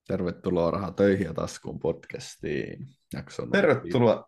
Tervetuloa Raha töihin ja taskuun podcastiin. Jakso numero Tervetuloa,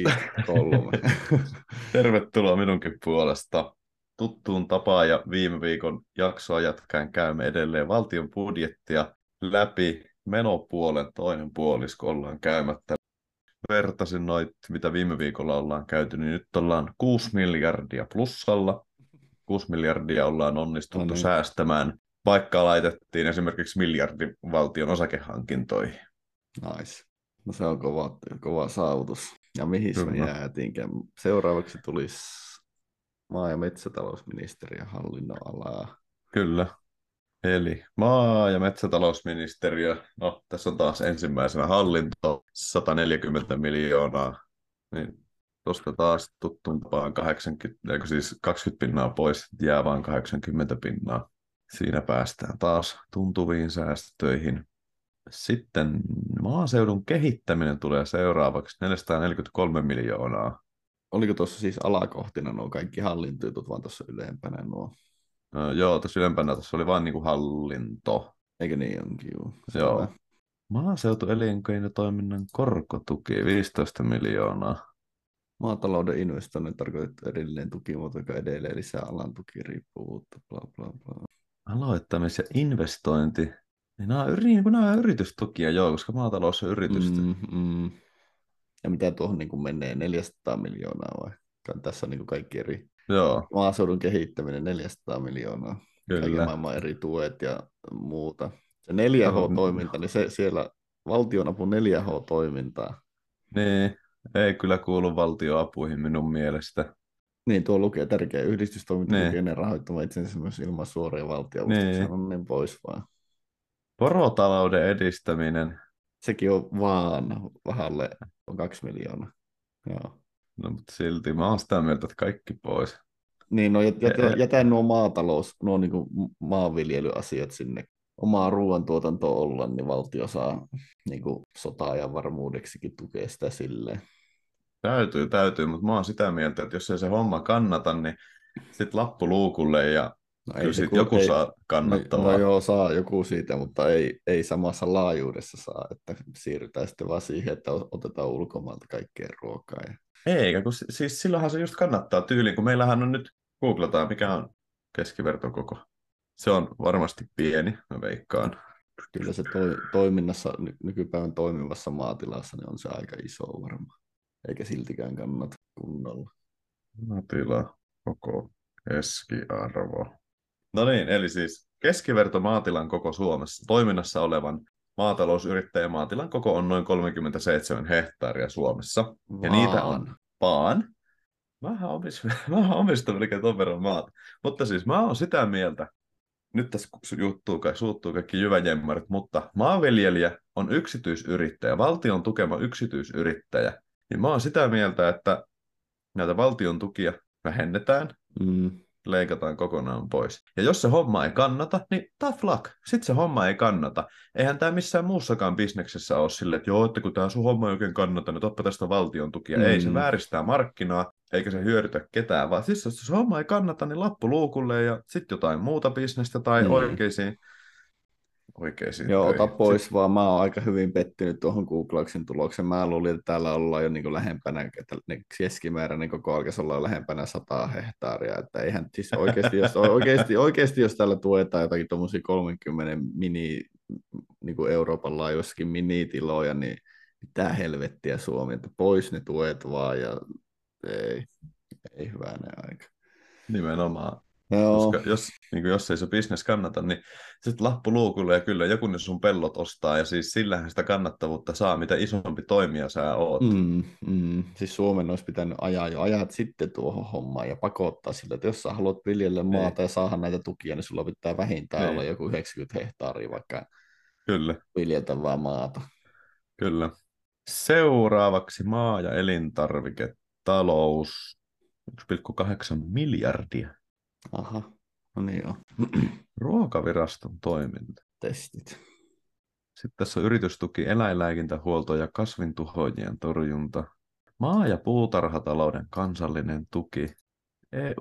53. tervetuloa minunkin puolesta. Tuttuun tapaan ja viime viikon jaksoa jatkaen käymme edelleen valtion budjettia läpi. Menopuolen toinen puolisko ollaan käymättä. Vertasin noit, mitä viime viikolla ollaan käyty, niin nyt ollaan 6 miljardia plussalla. 6 miljardia ollaan No onnistuttu niin, säästämään, vaikka laitettiin esimerkiksi miljardi valtion osakehankintoihin. nice. No se on kova saavutus. Ja mihin me Kyllä. jäätiinkään? Seuraavaksi tulisi maa- ja metsätalousministeriön hallinnonalaa. Kyllä. Eli maa- ja metsätalousministeriö, no tässä on taas ensimmäisenä hallinto, 140 miljoonaa, niin tuosta taas tuttuun tapaan 80, eikö siis 20 pinnaa pois, jää vain 80 pinnaa. Siinä päästään taas tuntuviin säästöihin. Sitten maaseudun kehittäminen tulee seuraavaksi 443 miljoonaa. Oliko tuossa siis alakohtina nuo kaikki hallintojutut, vaan tuossa ylempänä nuo? Joo, tässä ylempänä tuossa oli vain niin kuin hallinto. Eikö niin onkin, juu. Selvä. Joo. Maaseutuelinkeinotoiminnan korkotuki 15 miljoonaa. Maatalouden investoinnit tarkoittaa edelleen tukimuoto, joka edelleen lisää alan tukiriippuvuutta, bla bla bla. Aloittamis- ja investointi. Niin nämä on yritystukia, joo, koska maatalous on yritystä. Mm. Ja mitä tuohon niin kuin menee, 400 miljoonaa vai? Tässä on niin kuin kaikki eri Joo, maaseudun kehittäminen, 400 miljoonaa. Kaiken kyllä. maailman eri tuet ja muuta. Se Tuohon, 4H-toiminta, niin se siellä valtionapu 4H-toimintaa. niin, ei kyllä kuulu valtioapuihin minun mielestä. Niin, tuo lukee tärkeä yhdistystoiminta Niin, kykenee rahoittamaan itsensä myös ilman suoria valtionavustuksia. niin. No niin pois vaan. Porotalouden edistäminen. Sekin on vaan vähälle on 2 miljoonaa. Joo. No, mutta silti mä oon sitä mieltä, että kaikki pois. Niin, no E- jätä nuo nuo niin kuin maanviljelyasiat sinne. Omaa ruoantuotantoa olla, niin valtio saa niin kuin sota-ajan varmuudeksikin tukea sitä silleen. täytyy, mutta mä oon sitä mieltä, että jos ei se homma kannata, niin sitten lappu luukulle ja No ei kyllä se, siitä joku ei, saa no kannattavaa. joo, saa joku siitä, mutta ei samassa laajuudessa saa, että siirrytään sitten vaan siihen, että otetaan ulkomailta kaikkea ruokaa. Ja... Eikä, kun siis silloinhan se just kannattaa tyyliin, kun meillähän on nyt, googlataan mikä on keskivertokoko. Se on varmasti pieni, mä veikkaan. Kyllä se toiminnassa, nykypäivän toimivassa maatilassa, niin on se aika iso varmaan. Eikä siltikään kannata kunnolla. Maatila, koko, keskiarvo. No niin, eli siis keskiverto maatilan koko Suomessa toiminnassa olevan maatalousyrittäjän maatilan koko on noin 37 hehtaaria Suomessa. Ja niitä on Vaan. vaan. Mä omistan melkein ton verran maata. Mutta siis mä oon sitä mieltä, nyt tässä suuttuu kaikki jyväjemmarit, mutta maanviljelijä on yksityisyrittäjä, valtion tukema yksityisyrittäjä. Niin mä oon sitä mieltä, että näitä valtion tukia vähennetään, Mm. leikataan kokonaan pois. Ja jos se homma ei kannata, niin tough luck. Sitten se homma ei kannata. Eihän tämä missään muussakaan bisneksessä ole silleen, että joo, että kun tämä sun homma ei oikein kannata, niin otpa tästä valtion tukia. Ei, se Mm. vääristää markkinaa, eikä se hyödytä ketään, vaan siis jos se homma ei kannata, niin lappu luukulle ja sitten jotain muuta bisnestä tai Mm. oikeisiin Joo, ota töihin. pois vaan. Mä oon aika hyvin pettynyt tuohon Googlauksen tulokseen. Mä luulin, että täällä ollaan jo niin kuin lähempänä, että keskimääräinen koko alkaisi olla lähempänä 100 hehtaaria. Että eihän siis oikeasti, jos täällä tuetaan jotakin tuommoisia 30 niin kuin Euroopan laajuissakin minitiloja, niin mitä helvettiä Suomi, että pois ne tuet vaan ja ei, ei hyvänen aika. Nimenomaan. Joo, Koska jos ei se bisnes kannata, niin sitten lappu luukulle ja kyllä joku ne sun pellot ostaa ja siis sillähän sitä kannattavuutta saa, mitä isompi toimija sä oot. Siis Suomen olisi pitänyt ajaa jo ajat sitten tuohon hommaan ja pakottaa sillä, että jos sä haluat viljellä Niin, maata ja saada näitä tukia, niin sulla pitää vähintään olla niin, joku 90 hehtaaria vaikka kyllä, viljeltävää maata. kyllä. Seuraavaksi maa- ja elintarviketalous, 1,8 miljardia. Aha, no niin joo. Ruokaviraston toiminta. Testit. Sitten tässä on yritystuki, eläinlääkintähuolto ja kasvintuhoajien torjunta. Maa- ja puutarhatalouden kansallinen tuki,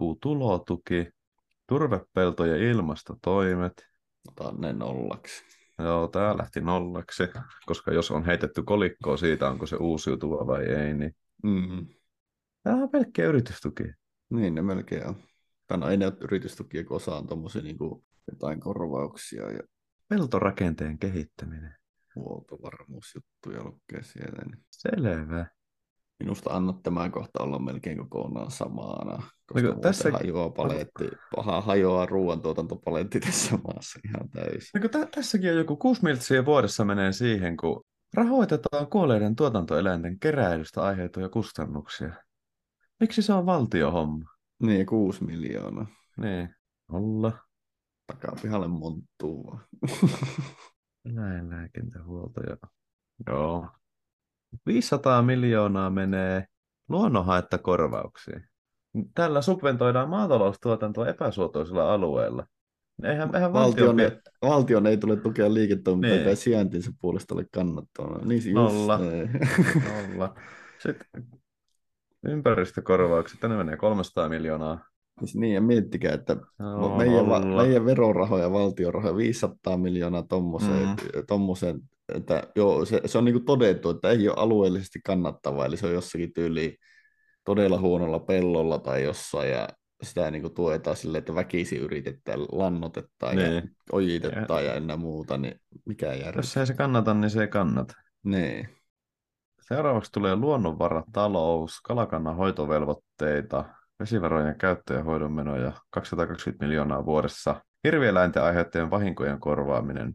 EU-tulotuki, turvepelto- ja ilmastotoimet, Otan ne nollaksi. Joo, tää lähti nollaksi, koska jos on heitetty kolikkoa siitä, onko se uusiutuva vai ei, niin Mm. tämä on pelkkiä yritystuki. Niin ne melkein on. Tai no ei ne ole yritystukia, kun osa on tommosia niinku jotain korvauksia ja Peltorakenteen kehittäminen. huoltovarmuusjuttuja lukee siellä. Niin Selvä. minusta annat tämä kohta olla melkein kokonaan samana, No, koska kun muuten tässä, hajoaa paletti, hajoaa ruoantuotantopaletti tässä maassa ihan täysin. no, kun tässäkin on joku 6 miltsiä vuodessa menee siihen, kun rahoitetaan kuolleiden tuotantoeläinten keräilystä aiheutuvia kustannuksia. Miksi se on valtiohomma? Niin, 6 miljoonaa. Niin, olla. Takapihalle monttuu vaan. Eläinlääkintähuolto, joo. 500 miljoonaa menee luonnonhaittakorvauksiin. Tällä subventoidaan maataloustuotantoa epäsuotuisilla alueilla. Eihän valtion Valtion, valtion ei tule tukea liiketoimintaa, joka ei Niin, sijaintinsa puolesta ole kannattavaa. Niin just nolla, ne. nolla. Sitten ympäristökorvaukset, tänne menee 300 miljoonaa. Siis niin, ja miettikää, että Joo, meidän, nolla. meidän verorahoja, valtion rahoja, 500 miljoonaa Mm, tommoseen, että joo, se on niin kuin todettu, että ei ole alueellisesti kannattavaa, eli se on jossakin tyyliin todella huonolla pellolla tai jossain, ja sitä niin kuin tuetaan silleen, että väkisin yritetään, lannotetaan ja niin. ojitetaan ja enää muuta, niin mikä järki. Jos ei se kannata, niin se ei kannata. Niin. Seuraavaksi tulee luonnonvaratalous, kalakannan hoitovelvoitteita, vesivarojen käyttö- ja hoidon menoja 220 miljoonaa vuodessa. Hirvieläinten aiheuttajien vahinkojen korvaaminen.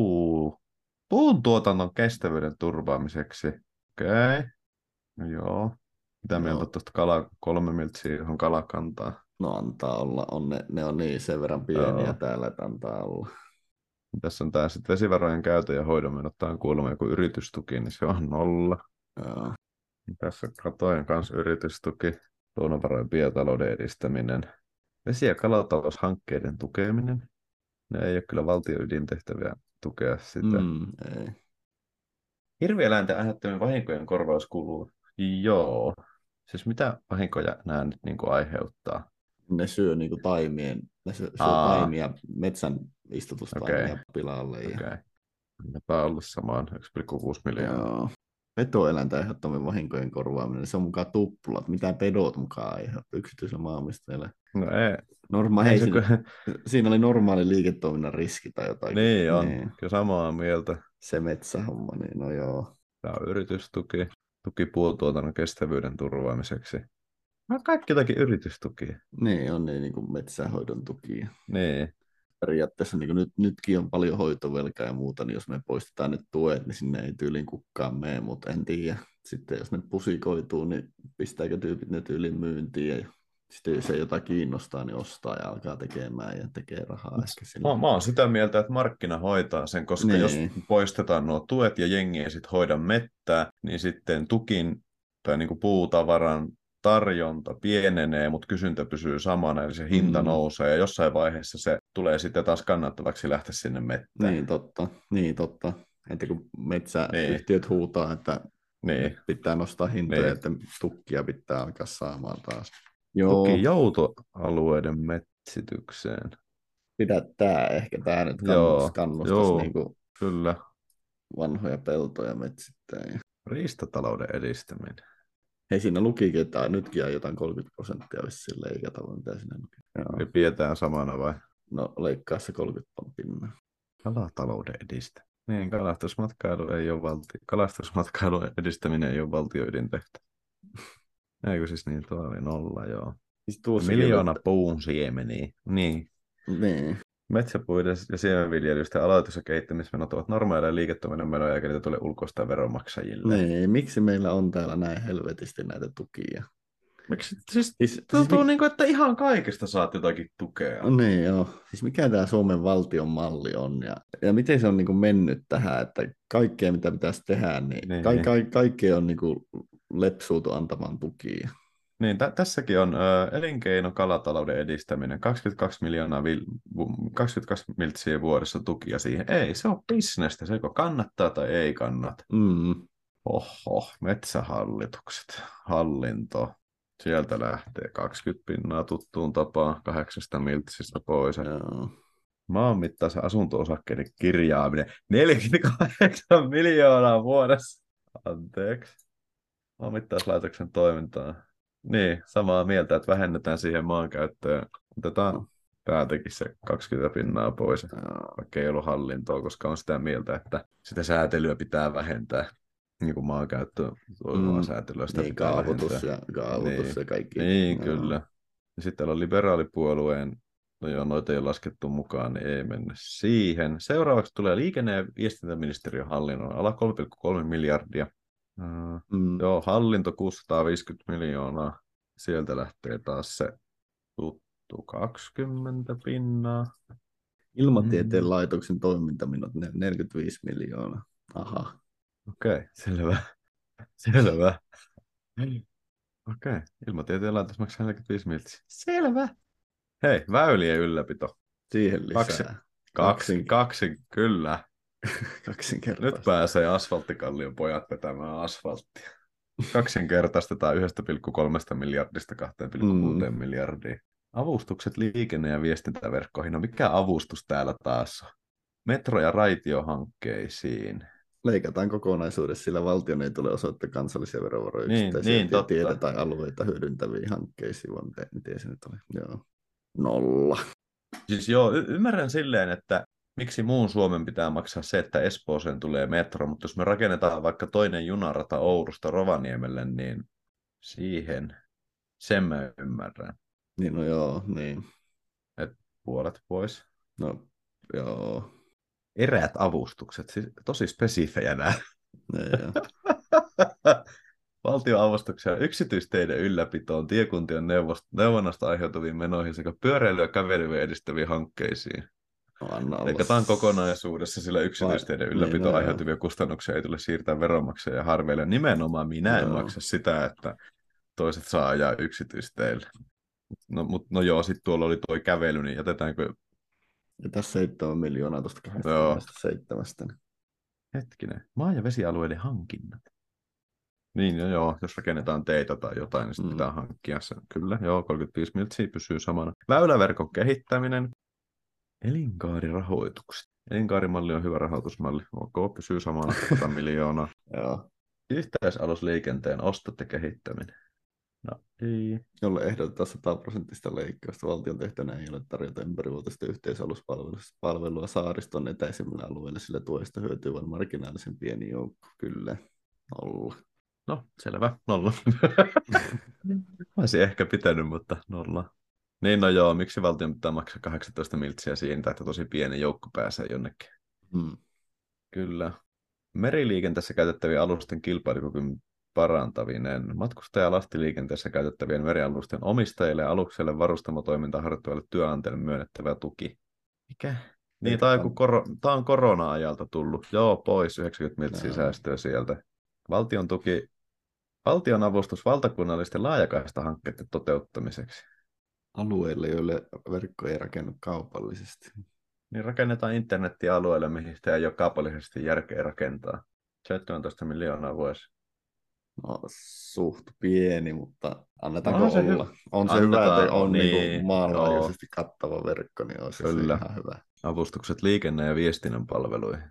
Puun tuotannon kestävyyden turvaamiseksi. Okei. No joo. Mitä mieltä Joo, tuosta 3 miltsiä, johon kalakantaa? no antaa olla, ne on niin sen verran pieniä Joo. täällä, että antaa olla. Tässä on tämä sitten vesivarojen käytön ja hoidon menot. Tämä on kuulemma joku yritystuki, niin se on nolla. Joo. Tässä katoin kanssa yritystuki, luonnonvarojen biotalouden edistäminen, vesi- ja kalataloushankkeiden tukeminen. Ne ei ole kyllä valtion ydintehtäviä tukea sitä. Ei. Hirvieläinten aiheuttamien vahinkojen korvaus kuuluu. Joo. Siis mitä vahinkoja nämä nyt niin kuin aiheuttaa? Ne syö niinku taimien, syö Aa, taimia, metsän okei. istutustaimia pilalle. Ja, Okei. Annapa olla samaan 1,6 miljoonaa. joo. Petoeläintä aiheuttamien vahinkojen korvaaminen, se on mukaan tuplat. Mitä pedot mukaan aiheuttaa yksityisellä maanomistajille? No ei, Hei, ei se siinä oli normaali liiketoiminnan riski tai jotakin. niin on, Niin, kyllä samaa mieltä. se metsähomma, niin no joo. Tämä on yritystuki, tuki puutuotannon kestävyyden turvaamiseksi. No kaikki jotakin yritystukia. Niin on niin kuin metsänhoidon tukia. Niin, Periaatteessa niin kuin nytkin on paljon hoitovelkaa ja muuta, niin jos me poistetaan nyt tuet, niin sinne ei tyyliin kukaan mene, mutta en tiedä. Sitten jos ne pusikoituu, niin pistääkö tyypit ne tyyliin myyntiin ja sitten jos ei jotain kiinnostaa, niin ostaa ja alkaa tekemään ja tekee rahaa ehkä sillä. mä oon sitä mieltä, että markkina hoitaa sen, koska jos Niin, poistetaan nuo tuet ja jengi ei sit hoida mettää, niin sitten tukin tai niin kuin puutavaran tarjonta pienenee, mutta kysyntä pysyy samana, eli se hinta nousee, ja jossain vaiheessa se tulee sitten taas kannattavaksi lähteä sinne mettään. niin totta. Että kun Niin, metsäyhtiöt huutaa, että niin, pitää nostaa hintoja, niin. että tukkia pitää alkaa saamaan taas. Joo, Tuki joutoalueiden metsitykseen. pidättää ehkä tämä nyt Joo, kannustaisi joo, niin kuin kyllä. vanhoja peltoja metsittää. Ja Riistatalouden edistäminen. hei, siinä lukikin, että nytkin on jotain 30% vissiin leikata, vai mitä siinä luki. Eli Joo. pidetään samana vai? No, leikkaa se 30 pinnaa. Kalatalouden edistä. Niin, kalastusmatkailun edistäminen ei ole valtion ydintehtävä. Eikö siis niin, tuo oli nolla, joo. Siis tuossa Miljoona puun siemeniä. Niin. Niin. Metsäpuiden ja siemenviljelystä aloitus- ja kehittämismenot ovat normaaleja liiketoiminnan menoja, eikä niitä tule ulkoistaa veronmaksajille. Niin, miksi meillä on täällä näin helvetisti näitä tukia? Miksi? Siis Siis tuntuu niin kuin, että ihan kaikesta saat jotakin tukea. niin joo. Siis mikä tämä Suomen valtion malli on ja miten se on niin kuin mennyt tähän, että kaikkea mitä pitäisi tehdä, niin Niin. kaikkea on niin kuin lepsuutu antamaan tukia. Niin, tässäkin on elinkeino kalatalouden edistäminen, 22 miltsiä vuodessa tukia siihen. Ei, se on bisnestä, se joko kannattaa tai ei kannata. Oho, metsähallitukset, hallinto, sieltä lähtee 20 pinnaa tuttuun tapaan 8 miltsistä pois. Joo. Maanmittaisen asunto-osakkeiden kirjaaminen. 48 miljoonaa vuodessa. Anteeksi. Maanmittauslaitoksen toimintaa. Niin, samaa mieltä, että vähennetään siihen maankäyttöön. Otetaan täältäkin se 20% pois, vaikka ei ollut hallintoa, koska on sitä mieltä, että sitä säätelyä pitää vähentää. Niin kuin maankäyttöön toimivaa säätelyä sitä Niin, pitää kaavoitus vähentää. kaavoitus ja kaikki. Niin, Joo. kyllä. Ja sitten täällä on liberaalipuolueen, no joo, noita ei ole laskettu mukaan, niin ei mennä siihen. Seuraavaksi tulee liikenne- ja viestintäministeriön hallinnon ala 3,3 miljardia. Joo, hallinto 650 miljoonaa. Sieltä lähtee taas se tuttu 20%. Ilmatieteen laitoksen toimintamenot 45 miljoonaa. Aha. Okei, selvä. Selvä. Okei, ilmatieteen laitos maksaa 45 miljoonaa. Selvä. Hei, väylien ylläpito. Siihen lisää. Kaksi, kyllä. Kaksinkertaista. Nyt pääsee asfalttikallion pojat vetämään asfalttia. Kaksinkertaistetaan 1,3 miljardista 2,6 miljardiin. Avustukset liikenne- ja viestintäverkkoihin. No mikä avustus täällä taas on? Metro- ja raitiohankkeisiin. Leikataan kokonaisuudessa, sillä valtion ei tule osoittaa kansallisia verovaroja Niin, yksittäisiä totta. tietä tai alueita hyödyntäviin hankkeisiin, vaan miten se nyt oli. Joo. 0. Siis joo, ymmärrän silleen, että miksi muun Suomen pitää maksaa se, että Espooseen tulee metro, mutta jos me rakennetaan vaikka toinen junarata Ourusta Rovaniemelle, niin siihen sen mä ymmärrän. Niin, no joo, niin. Et puolet pois. No, joo. Eräät avustukset, siis tosi spesifejä nämä. Joo. Valtionavustuksia yksityisteiden ylläpitoon, tiekuntien neuvonnasta aiheutuviin menoihin sekä pyöräilyä ja kävelyä edistäviin hankkeisiin. No, Leikataan kokonaisuudessa, sillä yksityisteiden ylläpitoon aiheutuvia kustannuksia ei tule siirtää veronmaksajia harveille. Nimenomaan minä en maksa sitä, että toiset saa ajaa yksityisteille. No joo, sitten tuolla oli tuo kävely, niin jätetäänkö... Ja tässä 7 miljoonaa tuosta 27. Hetkinen, maa- ja vesialueiden hankinnat. Niin, joo, jos rakennetaan teitä tai jotain, niin sitten pitää hankkia se. Kyllä, joo, 35 miltsiä pysyy samana. Väyläverkon kehittäminen. Elinkaarirahoitukset. Elinkaarimalli on hyvä rahoitusmalli. OK, pysyy samana 100 miljoonaa. Joo. Yhteisalusliikenteen ostot ja kehittäminen. No ei. Jolle ehdotetaan 100% leikkausta. Valtion tehtävänä ei ole tarjota ympärivuotista yhteisaluspalvelua saariston etäisimmillä alueilla, sillä tuesta hyötyy vain marginaalisen pieni joukko. Kyllä. 0. No, selvä. 0. Olisin ehkä pitänyt, mutta 0. Niin, no joo, miksi valtion pitää maksaa 18 miltsiä siitä, että tosi pieni joukko pääsee jonnekin? Kyllä. Meriliikenteessä käytettävien alusten kilpailukyvyn parantaminen. Matkustaja- ja lastiliikenteessä käytettävien merialusten omistajille ja alukselle varustamotoimintaa harjoittavalle työnantajalle myönnettävä tuki. Mikä? Niin, tämä on korona-ajalta tullut. Joo, pois 90 miltsiä säästöä sieltä. Valtion tuki, valtion avustus valtakunnallisten laajakaista-hankkeiden toteuttamiseksi. Alueille, joille verkko ei rakennu kaupallisesti. Niin rakennetaan internettiä alueelle, mihin sitä ei ole kaupallisesti järkeä rakentaa. 17 miljoonaa vuosi. No, suht pieni, mutta annetaanko On se olla? On se hyvä, että on niin, maailmanlaajuisesti kattava verkko, niin olisi se ihan hyvä. Avustukset liikenne- ja viestinnän palveluihin.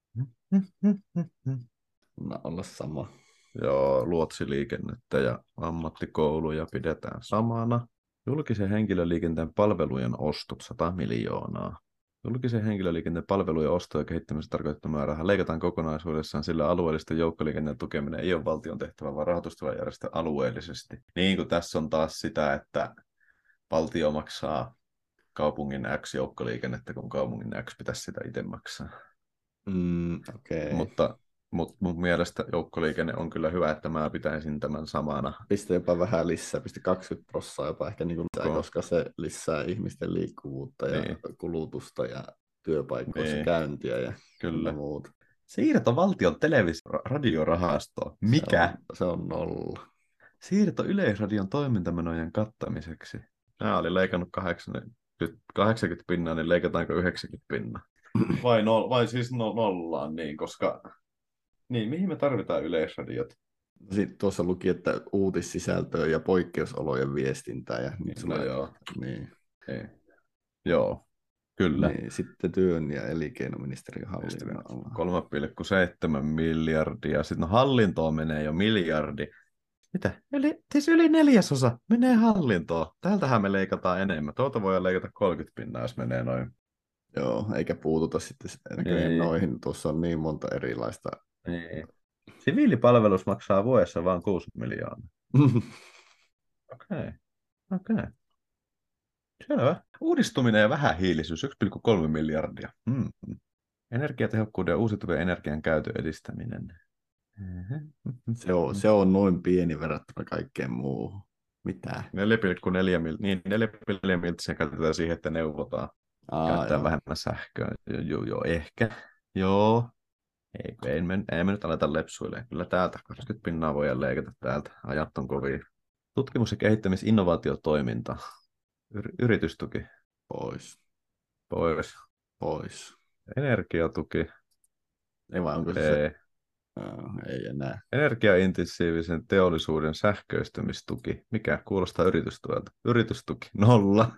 No, olla sama. Joo, luotsiliikennettä ja ammattikouluja pidetään samana. Julkisen henkilöliikenteen palvelujen ostot 100 miljoonaa. Julkisen henkilöliikenteen palvelujen osto- ja kehittämisen tarkoittamaa rahaa leikataan kokonaisuudessaan, sillä alueellisten joukkoliikenteen tukeminen ei ole valtion tehtävä, vaan rahoitusta järjestää alueellisesti. Niin kuin tässä on taas sitä, että valtio maksaa kaupungin X joukkoliikennettä, kun kaupungin X pitäisi sitä itse maksaa. Okay. Mutta mun mielestä joukkoliikenne on kyllä hyvä, että mä pitäisin tämän samana. Pistä jopa vähän lisää, pistä 20% jopa ehkä niin kuin, koska se lisää ihmisten liikkuvuutta ja kulutusta ja työpaikoissa käyntiä ja kyllä muuta. Siirto valtion radiorahastoon. Mikä? Se on 0. Siirto Yleisradion toimintamenojen kattamiseksi. Nämä oli leikannut 80%, niin leikataanko 90%? Vai siis nollaan, niin, koska... Niin, mihin me tarvitaan Yleisradiot? Sitten tuossa luki, että uutissisältöä ja poikkeusolojen viestintää. Ja joo. Niin. Ei. Joo. Kyllä. Niin, sitten työn ja elinkeinoministeriön Sitten hallinnon alla. 3,7 miljardia. Sitten no hallintoon menee jo miljardi. Mitä? Siis yli neljäsosa menee hallintoon. Täältähän me leikataan enemmän. Tuolta voi leikata 30 pinnaa, jos menee noin. Joo, eikä puututa sitten näköjään Niin, noihin. Tuossa on niin monta erilaista. niin. Siviilipalvelus maksaa vuodessa vain 6 miljoonaa. Okei, okei. Selvä. Uudistuminen ja vähähiilisyys, 1,3 miljardia. Energiatehokkuuden ja uusiutuvien energian käytön edistäminen. Se on noin pieni verrattuna kaikkeen muuhun. Mitä? 4,4 niin 4,4 miltsiä käytetään siihen, että neuvotaan käyttää Joo. vähemmän sähköä. Joo, ehkä. Joo. Ei me nyt aleta lepsuilemaan. Kyllä täältä 20 pinnaa voidaan leikata täältä. Ajat on kovia. Tutkimus- ja kehittämis-innovaatiotoiminta. Yritystuki. Pois. Pois. Pois. Energiatuki. Ei vai onko se? Ei. Ei enää. Energiaintensiivisen teollisuuden sähköistymistuki. Mikä kuulostaa yritystuelta? Yritystuki. 0.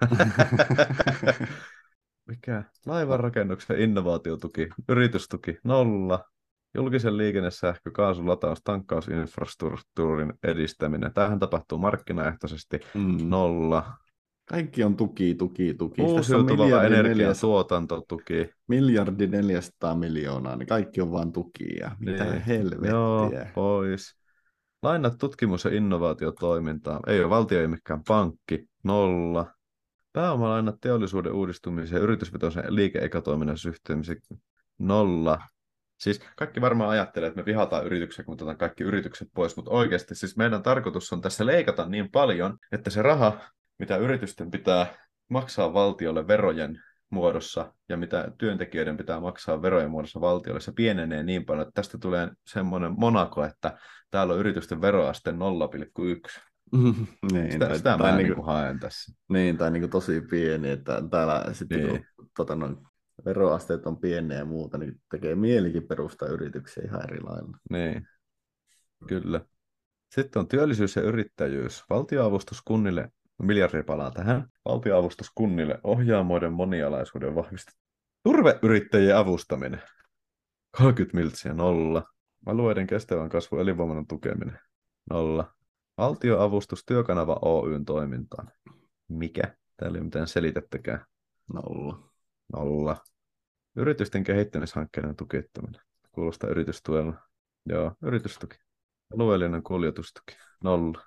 Mikä? Laivanrakennuksen innovaatiotuki. Yritystuki. 0. Julkisen liikennesähkö, kaasulataus, tankkausinfrastruktuurin edistäminen. Tämähän tapahtuu markkinaehtoisesti. Mm. 0. Kaikki on tuki. Tässä on Uusiutuva energian tuotantotuki. miljardi 400 miljoonaa, niin kaikki on vaan tukia. Mitä Niin. Joo, helvettiä? pois. Lainat tutkimus- ja innovaatiotoimintaa. Ei ole valtio, ei mikään pankki. 0. Pääomalainat teollisuuden uudistumiseen ja yritysvetoisen liike-ekatoiminnan systeemiseksi. 0. Siis kaikki varmaan ajattelee, että me vihataan yrityksiä, kun me otetaan kaikki yritykset pois, mutta oikeasti siis meidän tarkoitus on tässä leikata niin paljon, että se raha, mitä yritysten pitää maksaa valtiolle verojen muodossa ja mitä työntekijöiden pitää maksaa verojen muodossa valtiolle, se pienenee niin paljon, että tästä tulee semmoinen Monaco, että täällä on yritysten veroaste 0,1. Niin, Sitä tai mä niinku, haen tässä. niin, tai niinku tosi pieni, että täällä sitten Niin. kun veroasteet on pieniä ja muuta, niin tekee mielikin perustaa yrityksiä ihan eri lailla. Niin, kyllä. Sitten on työllisyys ja yrittäjyys. Valtioavustus kunnille, miljardi palaa tähän. Valtioavustus kunnille, ohjaamoiden monialaisuuden vahvistaminen. Turveyrittäjien avustaminen. 30 miltsiä, 0. Alueiden kestävän kasvun elinvoiman tukeminen. 0. Valtioavustus Työkanava Oyn toimintaan. Mikä? Täällä ei ole mitään selitettäkään. 0. 0. Yritysten kehittämishankkeiden tukittaminen. Kuulostaa yritystuella. Joo, yritystuki. Alueellinen kuljetustuki. 0.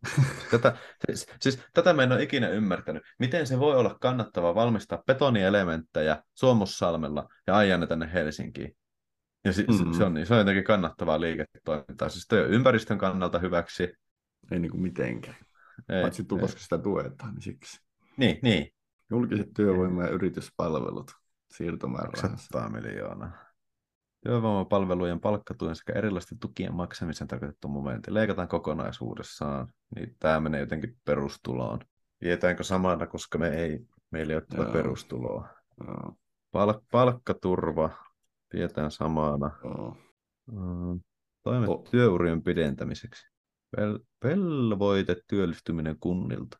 Tätä mä en ole ikinä ymmärtänyt. Miten se voi olla kannattavaa valmistaa betonielementtejä Suomussalmella ja ajaa ne tänne Helsinkiin? Ja se on jotenkin kannattavaa liiketoimintaa. Siis toi on ympäristön kannalta hyväksi. Ei niinku mitenkään. Ei, Paitsi koska sitä tuetaan, niin siksi. Niin. Julkiset työvoima- ja yrityspalvelut siirtomäärärahansa. 200 miljoonaa. Työvoimapalvelujen palkkatuen sekä erilaisten tukien maksamisen tarkoitettu momentti. Leikataan kokonaisuudessaan. Niin tämä menee jotenkin perustuloon. Vietäänkö samana, koska meillä ei ole tätä perustuloa. Joo. Palkkaturva pidetään samana. Joo. Toimet työurien pidentämiseksi. Velvoite työllistyminen kunnilta.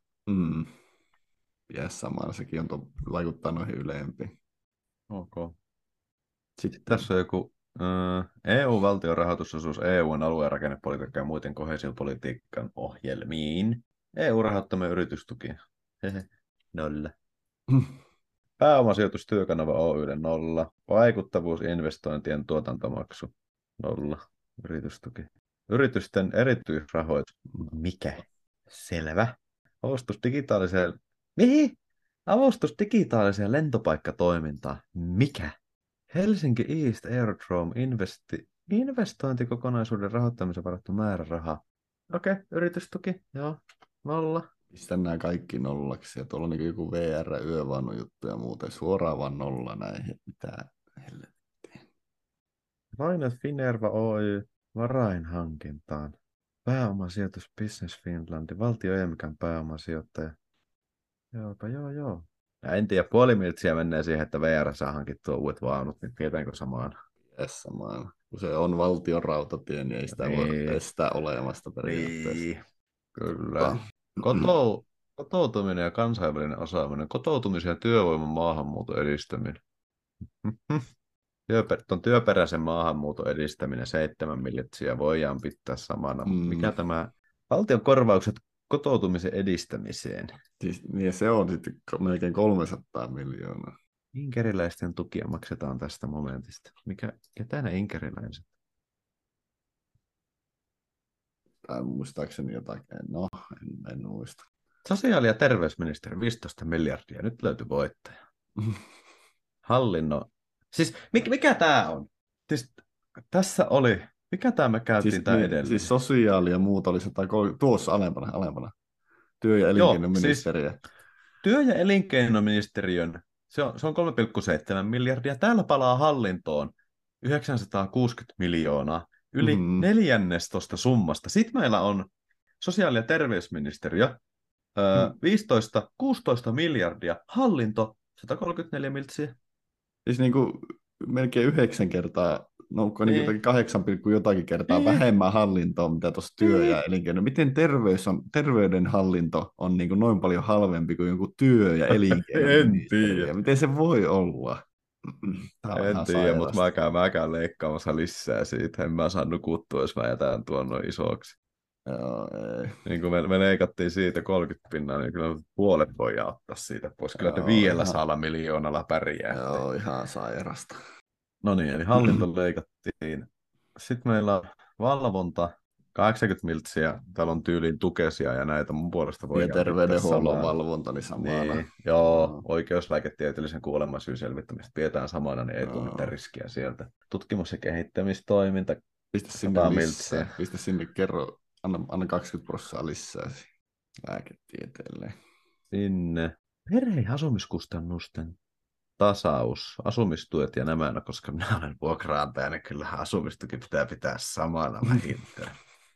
Pidä samana, sekin vaikuttaa noihin ylempiin. Ok. Sitten tässä on joku EU-valtion rahoitusosuus EUn alueen rakennepolitiikka ja muiden koheesiopolitiikan ohjelmiin. EU-rahoittamme yritystuki. 0. Pääomasijoitus Työkanava Oylle 0. Vaikuttavuus investointien tuotantomaksu 0. Yritystuki. Yritysten erityisrahoitus. Mikä? Selvä. Avustus digitaaliseen... Mihin? Avustus digitaaliseen lentopaikkatoimintaan. Mikä? Helsinki East Aerodrome investointikokonaisuuden rahoittamisen varattu määräraha. Okei, yritystuki. Joo. 0. Pistän nämä kaikki nollaksi. Ja tuolla on niin joku VR-yövaunu juttu ja muuta. Suoraan vaan 0 näihin. Mitä helvettiä. Lainat Finerva Oy varainhankintaan. Pääomasijoitus Business Finland. Valtio ei mikään pääomasijoittaja. Joo. Ja en tiedä, puoli miltsiä menee siihen, että VR saa hankittua uudet vaunut, niin tietäänkö samaan? Samaan. Kun se on valtion rautatie, niin ei sitä voi estää olemasta periaatteessa. Niin. Kyllä. Kotoutuminen ja kansainvälinen osaaminen. Kotoutumisen ja työvoiman maahanmuuton edistäminen. Tuon työperäisen maahanmuuton edistäminen 7 miljardia voidaan pitää samana, mutta Mm. mikä tämä valtion korvaukset kotoutumisen edistämiseen? Siis, niin se on sitten melkein 300 miljoonaa. Inkeriläisten tukia maksetaan tästä momentista. Ketä ne inkeriläiset? Tai muistaakseni jotakin. No, en muista. Sosiaali- ja terveysministeri 15 miljardia. Nyt löytyi voittaja. Hallinnon. Siis mikä tämä on? Siis, tässä oli. Mikä tämä me käytiin Siis, tämä niin, edellinen? siis sosiaali ja muut oli 130, tuossa alempana. Työ- ja Joo, elinkeinoministeriö. siis työ- ja elinkeinoministeriön, se on 3,7 miljardia. Täällä palaa hallintoon 960 miljoonaa, yli neljännes tuosta summasta. Sitten meillä on sosiaali- ja terveysministeriö, 16 miljardia, hallinto 134 miltsiä. Siis niin kuin melkein 9 kertaa, no onko niin jotakin 8, jotakin kertaa Niin. vähemmän hallintoa, mitä tuossa työ- ja elinkeino. Miten terveydenhallinto on niin kuin noin paljon halvempi kuin joku työ- ja elinkeinoministeriö? tiedä. Miten se voi olla? Tämä on En ihan tiedä, mutta sairasta. mä käyn leikkaamassa lisää siitä. En mä saa nukuttua, jos mä jätän tuon noin isoksi. Joo, ei. Niin kun me leikattiin siitä 30 pinnaa, niin kyllä puolet voi ottaa siitä pois. Kyllä te Joo, 500 miljoonalla pärjää. Joo, ihan sairasta. No niin, eli hallinto leikattiin. Sitten meillä on valvonta, 80 miltsiä. Täällä on tyyliin tukesia ja näitä mun puolesta voi Ja terveydenhuollon valvonta niin samana. Niin, joo, oikeuslääketieteellisen kuolemansyyn selvittämistä pidetään samana, niin ei tule mitään riskiä sieltä. Tutkimus- ja kehittämistoiminta, Pistä 100 sinne miltsiä. lisää. Pistä sinne anna 20% lisää lääketieteelle. Sinne. Perheasumiskustannusten tasaus, asumistuet ja nämä, no, koska minä olen vuokraantaja, niin kyllähän asumistuki pitää samana vähintään.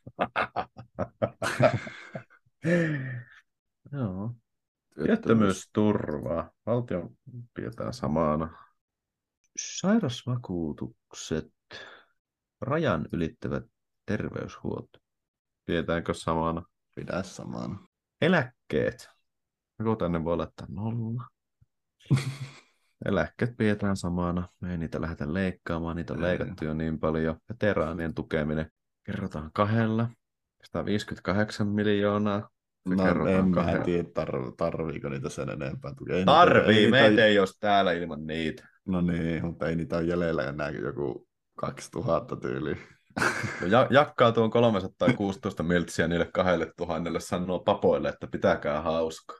Joo. Työttömyysturvaa. Valtion pidetään samana. Sairausvakuutukset. Rajan ylittävät terveyshuolto. Pidetäänkö samana? Pidä samana. Eläkkeet. Joku tänne voi laittaa 0. Eläkkeet pidetään samana. Me ei niitä lähdetä leikkaamaan. Niitä on leikattu jo niin paljon. Veteraanien tukeminen kerrotaan 2. 158 miljoonaa. No en mä tiedä, tarviiko niitä sen enempää. Tarvii, meitä ei olisi täällä ilman niitä. No niin, mutta ei niitä ole jäljellä enää joku 2000 tyyliä. No, jakkaa tuon 316 miltsiä niille 2000, sanoo papoille, että pitäkää hauskaa.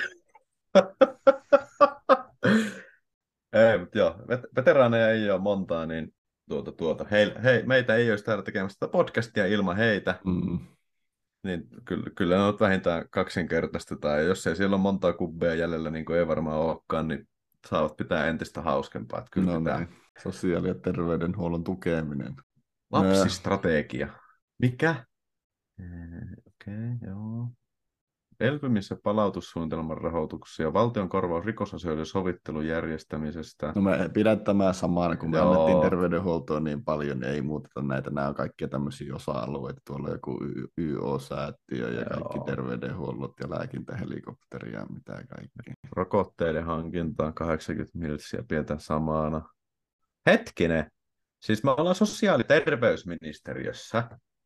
Ei, mutta joo, veteraaneja ei ole montaa, niin hei, meitä ei olisi täällä tekemässä tätä podcastia ilman heitä. Niin kyllä ne on vähintään kaksinkertaistetaan, ja jos ei siellä ole montaa kubbea jäljellä, niin kuin ei varmaan olekaan, niin saavat pitää entistä hauskempaa. Että kyllä pitää. Niin. Sosiaali- ja terveydenhuollon tukeminen. Lapsistrategia. Mikä? Okei, joo. Elpymis- ja palautussuunnitelman rahoituksia, valtion korvaus rikosasioiden sovittelun järjestämisestä. No me pidän tämä samana, kun me annettiin terveydenhuoltoon niin paljon, niin ei muuteta näitä. Nämä on kaikkia tämmöisiä osa-alueita. Tuolla on joku YO-säätiö ja kaikki terveydenhuollot ja lääkintähelikopteria ja mitä kaikkea. Rokotteiden hankintaan 80 miltsiä pidetään samana. Hetkinen! Siis me ollaan sosiaali- ja terveysministeriössä.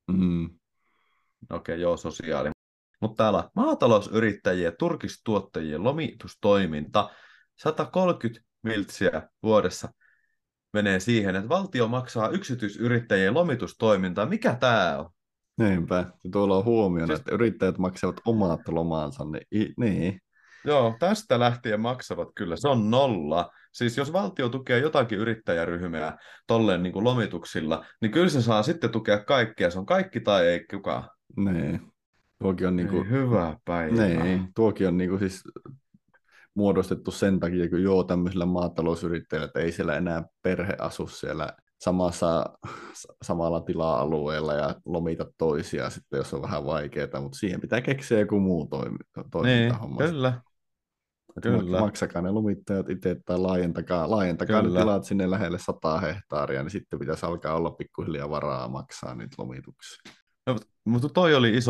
Okei, joo, sosiaali. Mutta täällä on maatalousyrittäjien ja turkistuottajien lomitustoiminta. 130 miltsiä vuodessa menee siihen, että valtio maksaa yksityisyrittäjien lomitustoimintaa. Mikä tämä on? Niinpä. Tuolla on huomiona, että yrittäjät maksavat omat lomansa. Niin. Joo, tästä lähtien maksavat kyllä. Se on 0. Siis jos valtio tukee jotakin yrittäjäryhmää tolleen niin kuin lomituksilla, niin kyllä se saa sitten tukea kaikkea. Se on kaikki tai ei kukaan. Niin. Tuokin on niinku, hyvää päivää. Niin, tuokin on niinku siis muodostettu sen takia, kun tämmöisillä maatalousyrittäjillä, että ei siellä enää perhe asu siellä samalla tila-alueella ja lomita toisia sitten, jos on vähän vaikeaa, mutta siihen pitää keksiä joku muu toimintahomma. Niin, kyllä. Maksakaa ne lomittajat itse tai laajentakaa ne tilat sinne lähelle 100 hehtaaria, niin sitten pitäisi alkaa olla pikkuhiljaa varaa maksaa niitä lomituksia. No, mutta toi oli iso.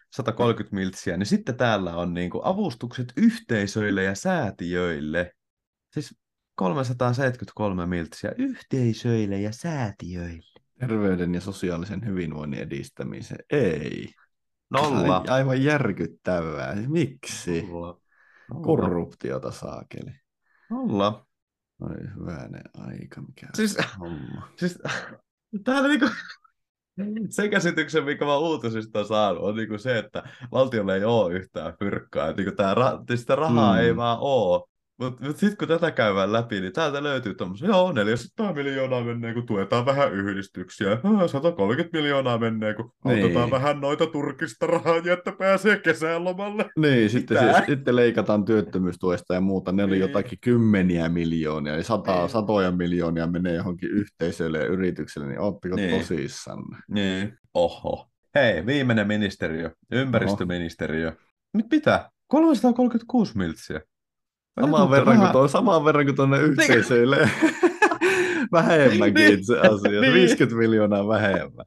130 miltsiä, niin sitten täällä on niinku avustukset yhteisöille ja säätiöille. Siis 373 miltsiä yhteisöille ja säätiöille. Terveyden ja sosiaalisen hyvinvoinnin edistämiseen. Ei. Nolla. Aivan järkyttävää. Miksi? Nolla. Korruptiota saakeli. Nolla. Oi hyvänen aika, mikä Siis, homma. siis täällä niinku... Se käsityksen, mikä mä uutisista on saanut, on niinku se, että valtiolla ei ole yhtään fyrkkaa. Että niinku sitä rahaa ei vaan ole. Mutta sitten kun tätä käydään läpi, niin täältä löytyy tommosia, 400 miljoonaa menee, kun tuetaan vähän yhdistyksiä. 130 miljoonaa menee, kun autetaan vähän noita Turkista rahaa, että pääsee kesälomalle. Niin, sitten leikataan työttömyystuesta ja muuta. Ne oli jotakin kymmeniä miljoonia, eli satoja miljoonia menee johonkin yhteisöille ja yrityksille, niin ootteko tosissanne? Niin. Oho. Hei, viimeinen ministeriö, ympäristöministeriö. Nyt pitää? 336 miltsiä. Samaan verran kuin tuonne yhteisöille. Vähemmänkin itse asiassa. 50 miljoonaa vähemmän.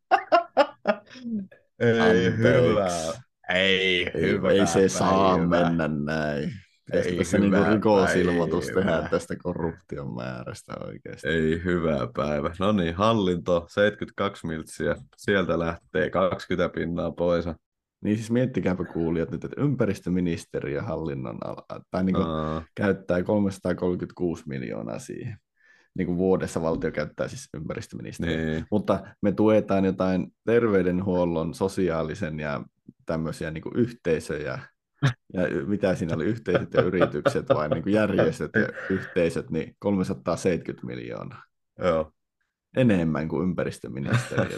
Ei hyvä. Ei se saa mennä näin. Pitäisikö tässä niin rikosilmoitus tehdä tästä korruption määrästä oikeasti? Ei hyvä päivä. No niin, hallinto 72 miltsiä. Sieltä lähtee 20 pinnaa pois. Niin siis miettikääpä kuulijat nyt, että ympäristöministeriö hallinnon ala, tai niin käyttää 336 miljoonaa siihen. Niin kuin vuodessa valtio käyttää siis ympäristöministeriö. Niin. Mutta me tuetaan jotain terveydenhuollon, sosiaalisen ja tämmöisiä niin kuin yhteisöjä. Ja mitä siinä oli, yhteisöt ja yritykset vai niin kuin järjestöt ja yhteisöt, niin 370 miljoonaa. Joo. Enemmän kuin ympäristöministeriö.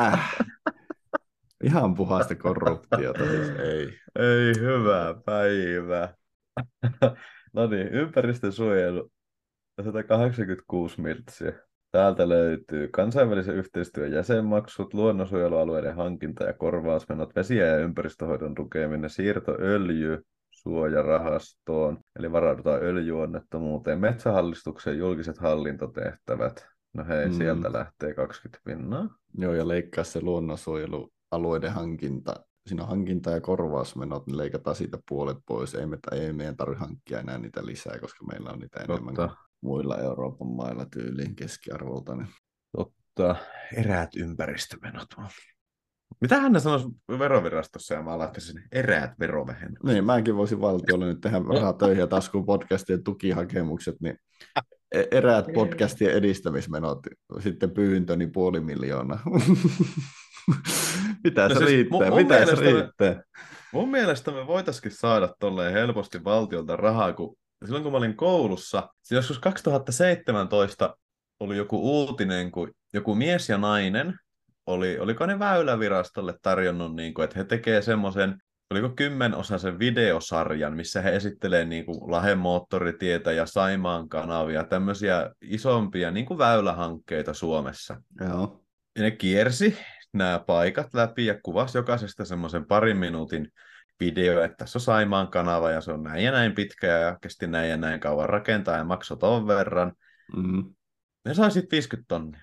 Ihan puhasta korruptiota, siis ei. Ei hyvää päivää. No niin, ympäristönsuojelu 186 miltsiä. Täältä löytyy kansainvälisen yhteistyön jäsenmaksut, luonnonsuojelualueiden hankinta ja korvausmenot, vesiä ja ympäristöhoidon tukeminen, siirto öljysuojarahastoon, eli varaudutaan öljyonnettomuuteen, metsähallistuksen julkiset hallintotehtävät. No hei, sieltä lähtee 20 pinnaa. Joo, ja leikkaa se luonnonsuojelualueiden hankinta. Siinä on hankinta- ja korvausmenot, niin leikataan siitä puolet pois. Ei meidän tarvitse hankkia enää niitä lisää, koska meillä on niitä enemmän kuin muilla Euroopan mailla tyyliin keskiarvolta. Niin. Totta, eräät ympäristömenot. Mitähän ne sanoisi verovirastossa, ja mä laittaisin eräät verovähennykset. Niin, mäkin voisin valtiolle nyt tehdä rahaa töihin ja taskuun podcastien tukihakemukset, niin eräät podcastien edistämismenot, sitten pyyntöni 500 000. Mitä se riittää? Mun mielestä me voitaisiin saada tolleen helposti valtiolta rahaa, kun silloin kun mä olin koulussa, joskus 2017 oli joku uutinen, kun joku mies ja nainen oliko ne Väylävirastolle tarjonnut, niin kuin, että he tekee semmoisen, oliko 10-osaisen videosarjan, missä he esittelee niin kuin Lahden moottoritietä ja Saimaan kanavia, tämmöisiä isompia niin kuin väylähankkeita Suomessa. Joo. Ja ne kiersi nämä paikat läpi ja kuvasi jokaisesta semmoisen 2 minuutin video, että tässä on Saimaan kanava ja se on näin ja näin pitkä ja kesti näin ja näin kauan rakentaa ja maksoi ton verran. Ne sai sitten 50 tonnia.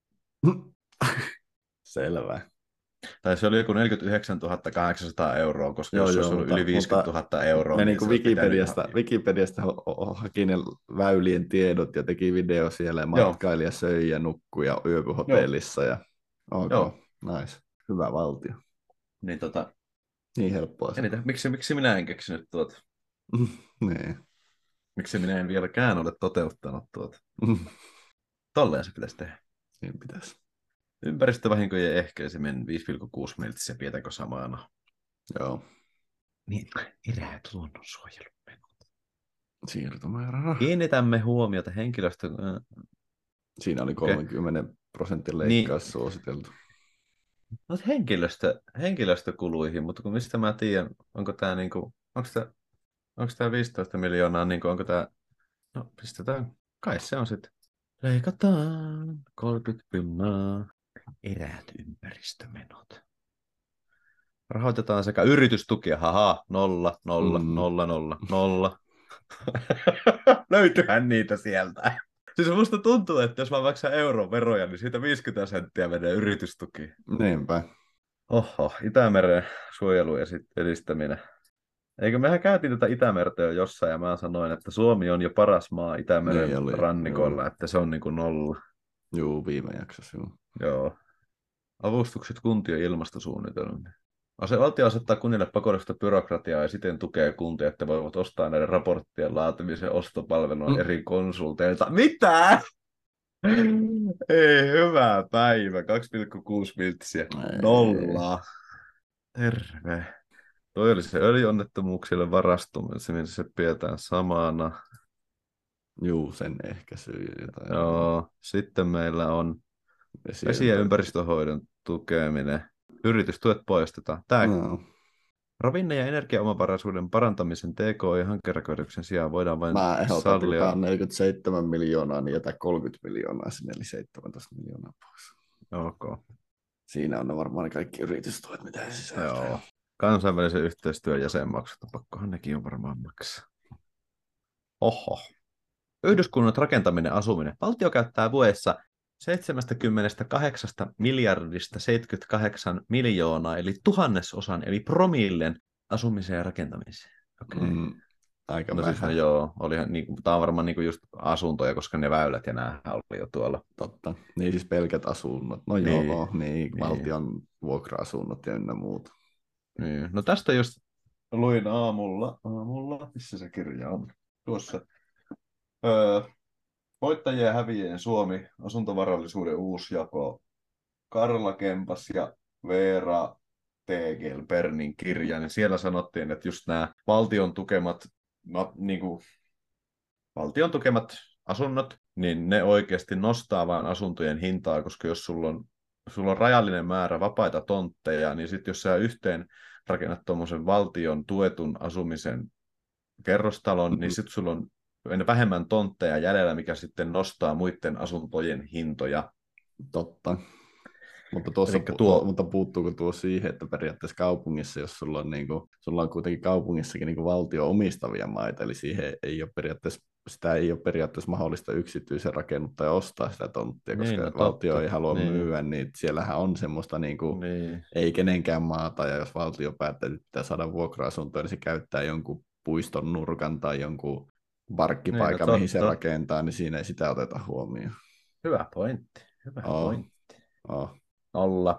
Selvä. Tai se oli joku 49 800 euroa, koska jos olisi ollut yli 50 000 euroa. Ne niin kuin Wikipediasta haki ne väylien tiedot ja teki video siellä ja matkailija söi ja nukkui ja yöpyi hotellissa. Ja... nice. Hyvä valtio. Niin, niin helppoa se. Miksi minä en keksinyt tuota? Niin. Miksi minä en vieläkään ole toteuttanut tuota? Tolleen se pitäisi tehdä. Niin pitäisi. Ympäristövahinkojen ehkäiseminen 5,6 miltsiä, pidetäänkö samana? Joo. Niin, eräät luonnonsuojelumenot. Siirtomääräraha. Kiinnitämme huomiota henkilöstön... Siinä oli 30% leikkaus suositeltu. No henkilöstökuluihin, mutta kun mistä mä tiedän, onko tämä niinku, onko tämä 15 miljoonaa, niinku, onko tämä, no pistetään, kai se on sitten. Leikataan 30 pinnaa, eräät ympäristömenot. Rahoitetaan sekä yritystukia, 0. Löytyyhän niitä sieltä. Siis musta tuntuu, että jos mä maksan euron veroja, niin siitä 50 senttiä menee yritystukiin. Niinpä. Oho, Itämeren suojelu ja edistäminen. Eikö mehän käytiin tätä Itämertä jo jossain ja mä sanoin, että Suomi on jo paras maa Niin Itämeren oli, joo. rannikolla, että se on niin kuin nolla. Juu, viime jaksossa, joo. Joo. Avustukset kuntien ilmastosuunnitelmiin. Valtio asettaa kunnille pakollista byrokratiaa ja siten tukee kuntia, että voivat ostaa näiden raporttien laatimisen ostopalvelun Mm. eri konsulteilta. Mitä? Ei, hyvää päivä. 2,6 miltsiä. Ei. Nolla. Terve. Toi oli se öljyonnettomuuksille varastuminen, se pidetään samana. Juu, sen ehkäisy ja jotain. Joo. Sitten meillä on vesi- ja ympäristöhoidon tukeminen. Yritystuet poistetaan. Tämä No. ravinne- ja energiaomavaraisuuden parantamisen TKI-hankerahoituksen sijaan voidaan vain Mä ehdotan, että kun tää sallia. on 47 miljoonaa, niin jätä 30 miljoonaa sinne, eli 17 miljoonaa pois. Ok. Siinä on ne varmaan ne kaikki yritystuet, mitä se sisältää. Joo. Kansainvälisen yhteistyön jäsenmaksut, pakkohan nekin on varmaan maksaa. Oho. Yhdyskunnat rakentaminen asuminen. Valtio käyttää vuodessa 78 miljardista 78 miljoonaa, eli tuhannesosan, eli promillen asumiseen ja rakentamiseen. Okay. Aika No siis vähän. joo, olihan, niin, tämä on varmaan niin just asuntoja, koska ne väylät ja nämä oli jo tuolla. Totta. Niin siis pelkät asunnot. No Niin, joo, niin, niin. valtion vuokra-asunnot ja ynnä muuta. Niin. No tästä just luin aamulla, missä se kirja on? Tuossa. Voittajien ja häviäjien Suomi, asuntovarallisuuden uusjako, Karla Kempas ja Veera Tegelpernin kirja, niin siellä sanottiin, että just nämä valtion tukemat asunnot, niin ne oikeasti nostaa vaan asuntojen hintaa, koska jos sulla on rajallinen määrä vapaita tontteja, niin sitten jos sä yhteen rakennat tuommoisen valtion tuetun asumisen kerrostalon, niin sitten sulla on vähemmän tontteja jäljellä, mikä sitten nostaa muiden asuntojen hintoja. Totta. Mutta, tuossa, mutta puuttuuko tuo siihen, että periaatteessa kaupungissa, jos sulla on kuitenkin kaupungissakin niin kuin valtio omistavia maita, eli sitä ei ole periaatteessa mahdollista yksityisen rakennuttaja ostaa sitä tonttia, koska Niin, no valtio ei totta. halua Niin. myyä, niin siellähän on semmoista ei kenenkään maata, ja jos valtio päättää, että pitää saada vuokra-asuntoja, niin se käyttää jonkun puiston nurkan tai jonkun parkkipaikan, mihin se rakentaa, niin siinä ei sitä oteta huomioon. Hyvä pointti. Nolla.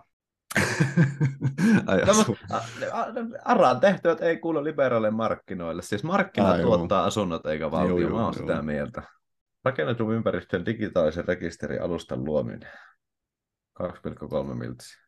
ARAn tehtävät ei kuulu liberaaleille markkinoille. Siis markkina tuottaa asunnot eikä valtio. Mä oon sitä mieltä. Rakennetun ympäristön digitaalisen rekisterialustan luominen. 2,3 miltsiä.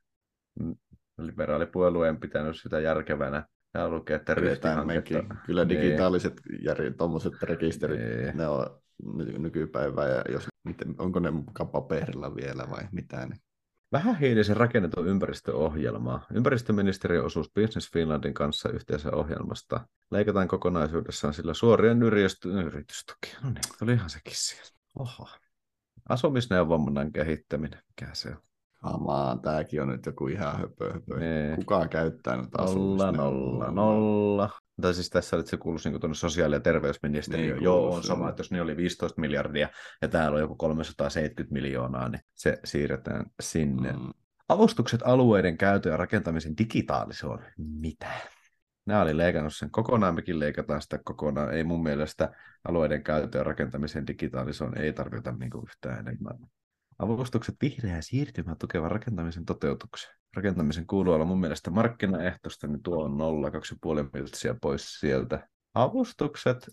Liberaalipuolueen pitänyt sitä järkevänä. Täällä lukee, että ryhtihanketta. Kyllä digitaaliset tuommoiset rekisterit, ne on nykypäivää, ja onko ne mukaan paperilla vielä vai mitä? Niin. Vähähiilisen rakennetun ympäristöohjelmaa. Ympäristöministeriön osuus Business Finlandin kanssa yhteisöohjelmasta leikataan kokonaisuudessaan, sillä suorien yritystukia. No niin, oli ihan sekin siellä. Oho. Asumisneuvonnan kehittäminen. Mikä se on? Tämäkin on nyt joku ihan höpö. Nee. Kuka käyttää näitä asumisneuvontaa? Nolla. Tai siis tässä että se kuuluisi niin tuonne sosiaali- ja terveysministeriöön. Niin, joo, on sama, että jos ne oli 15 miljardia ja täällä on joku 370 miljoonaa, niin se siirretään sinne. Avustukset alueiden käytön ja rakentamisen digitaalisoon. Mitä? Nämä oli leikannut sen kokonaan, mekin leikataan sitä kokonaan. Ei mun mielestä alueiden käytön ja rakentamisen digitaalisoon ei tarvita niin yhtään enemmän. Avustukset vihreää siirtymää tukevan rakentamisen toteutukseen. Rakentamisen kuuluu olla mun mielestä markkinaehtoista, niin tuo on 0,2,5 miltsiä pois sieltä. Avustukset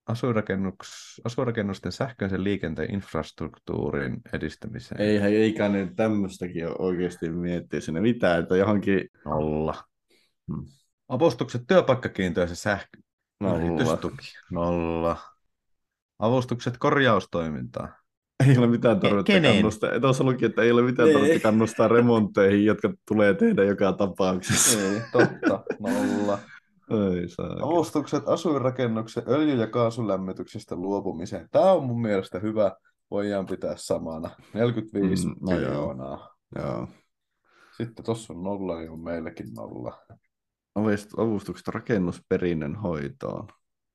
asuinrakennusten sähköisen liikenteen infrastruktuurin edistämiseen. Eikä ne tämmöistäkin oikeasti miettiä sinne mitään, että johonkin... Nolla. Avustukset työpaikkakiintoisen yritystuki. Nolla. Avustukset korjaustoimintaan. Ei ole mitään tarvetta kannustaa. Tuossa luki, että ei ole mitään tarvetta kannustaa remontteihin, jotka tulee tehdä joka tapauksessa. Ei, totta. Nolla. Avustukset asuinrakennuksen öljy- ja kaasulämmityksestä luopumiseen. Tämä on mun mielestä hyvä. Voidaan pitää samana. 45 miljoonaa. Joo. Sitten tuossa on nolla, niin on meilläkin nolla. Avustukset rakennusperinnön hoitoon.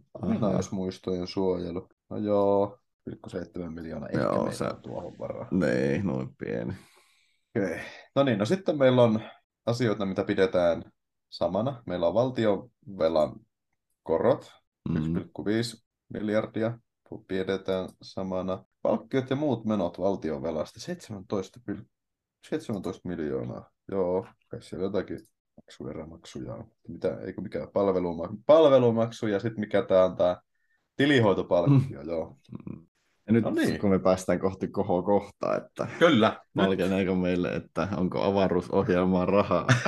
Muistojen suojelu. No joo. 7 miljoonaa. Ehkä meillä on tuohon varaa. Ei, noin pieni. Okay. No niin, no sitten meillä on asioita, mitä pidetään samana. Meillä on valtionvelan korot, Mm. 1,5 miljardia pidetään samana. Palkkiot ja muut menot valtionvelasta, 17 miljoonaa. Joo, kai siellä jotakin maksuerämaksuja on. Mitä, eikö mikään palvelumaksu ja sitten mikä tämä on tämä tilihoitopalkkio, joo. Ja nyt No niin, kun me päästään kohti kohokohtaa, että kyllä. Nyt. valkeneeko meille, että onko avaruusohjelmaan rahaa?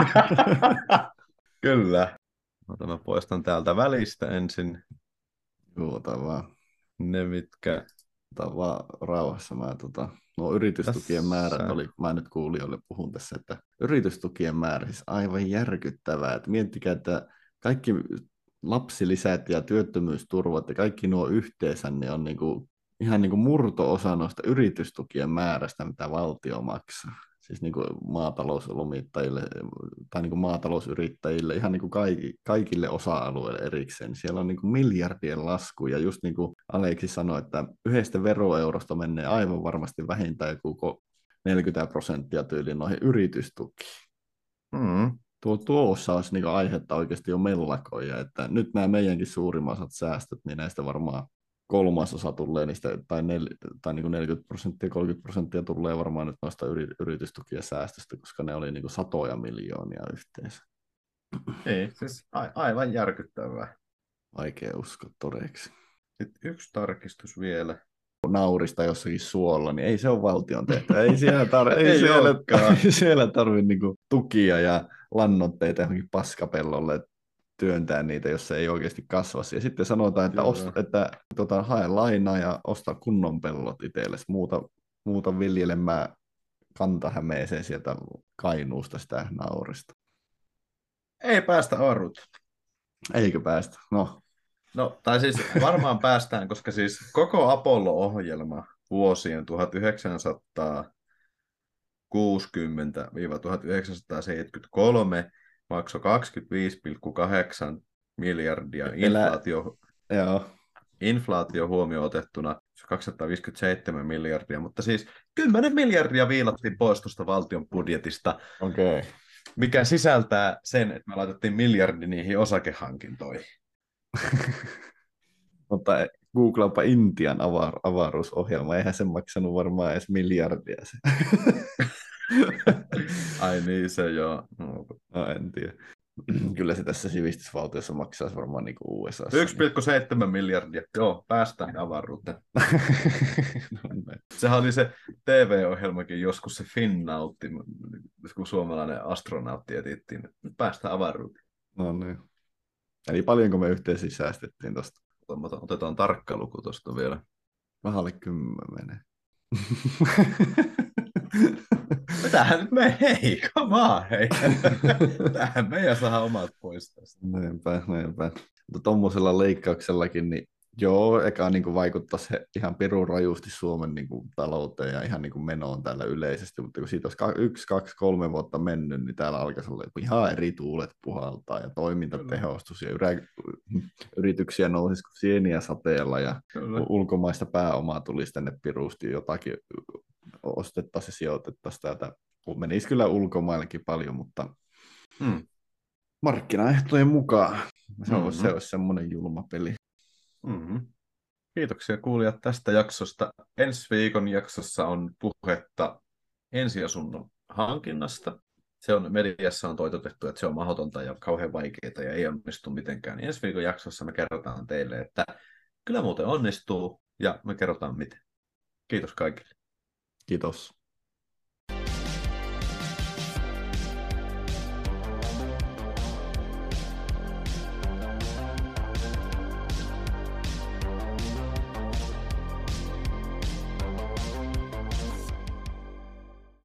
Kyllä. Mä poistan täältä välistä ensin Ota vaan, ne, mitkä ota vaan rauhassa. Nuo yritystukien määrät tässä. oli, mä nyt kuulijoille puhun tässä, että yritystukien määrä siis aivan järkyttävää. Että miettikää, että kaikki lapsilisät ja työttömyysturvat ja kaikki nuo yhteensä niin on ihan murto-osa noista yritystukien määrästä, mitä valtio maksaa. Siis maatalouslomittajille tai maatalousyrittäjille, ihan kaikille osa-alueille erikseen. Siellä on miljardien lasku, ja just niin kuin Aleksi sanoi, että yhdestä veroeurosta menee aivan varmasti vähintään joku 40% tyyliin noihin yritystukiin. Tuossa olisi aihetta oikeasti jo mellakoja, että nyt nämä meidänkin suurimmat säästöt, niin näistä varmaan kolmasosa tulee niistä, tai 40%, 30% tulee varmaan nyt noista yritystukien säästöstä, koska ne oli satoja miljoonia yhteensä. Ei, siis aivan järkyttävää. Vaikea uskoa todeksi. Sitten yksi tarkistus vielä. Naurista jossakin suolla, niin ei se ole valtion tehtävä. Ei siellä Ei siellä tarvitse tukia ja lannoitteita johonkin paskapellolle työntää niitä, jos se ei oikeasti kasvasi. Ja sitten sanotaan, että hae lainaa ja osta kunnon pellot itsellesi. Muuta viljelemään Kanta-Hämeeseen sieltä Kainuusta sitä naurista. Ei päästä avaruuteen. Eikö päästä? No, tai siis varmaan päästään, koska siis koko Apollo-ohjelma vuosien 1960-1973 maksoi 25,8 miljardia inflaatio huomioon otettuna 257 miljardia, mutta siis 10 miljardia viilattiin pois tuosta valtion budjetista, mikä sisältää sen, että me laitettiin miljardi niihin osakehankintoihin. Mutta googlaapa Intian avaruusohjelma, eihän se maksanut varmaan edes miljardia se. Ai niin, se joo. No en tiedä. Kyllä se tässä sivistysvaltiossa maksaisi varmaan niin kuin USA:ssa. 1,7 miljardia. Joo, päästään avaruuteen. Sehän oli se TV-ohjelmakin joskus se Finnautti, kun suomalainen astronautti etittiin. Nyt päästään avaruuteen. No niin. Eli paljonko me yhteensä säästettiin tuosta? Otetaan tarkka luku tuosta vielä. Vähälle 10. Tähän nyt me hei, come on, hei. Tähän meidän saadaan omat pois tästä. Näinpä. Mutta tuommoisella leikkauksellakin, niin joo, eka vaikuttaisi ihan pirun rajusti Suomen talouteen ja ihan menoon täällä yleisesti, mutta kun siitä olisi 1, 2, 3 vuotta mennyt, niin täällä alkaisi olla ihan eri tuulet puhaltaa ja toimintatehostus ja yrityksiä nousisi kuin sieniä sateella ja ulkomaista pääomaa tulisi tänne pirusti jotakin, ostettaisiin ja sijoitettaisiin täältä. Menisi kyllä ulkomaillekin paljon, mutta markkinaehtojen mukaan se olisi semmoinen julma peli. Kiitoksia kuulijat tästä jaksosta. Ensi viikon jaksossa on puhetta ensiasunnon hankinnasta. Se on mediassa on toitotettu, että se on mahdotonta ja kauhean vaikeaa ja ei onnistu mitenkään. Ensi viikon jaksossa me kerrotaan teille, että kyllä muuten onnistuu ja me kerrotaan miten. Kiitos kaikille. Kiitos.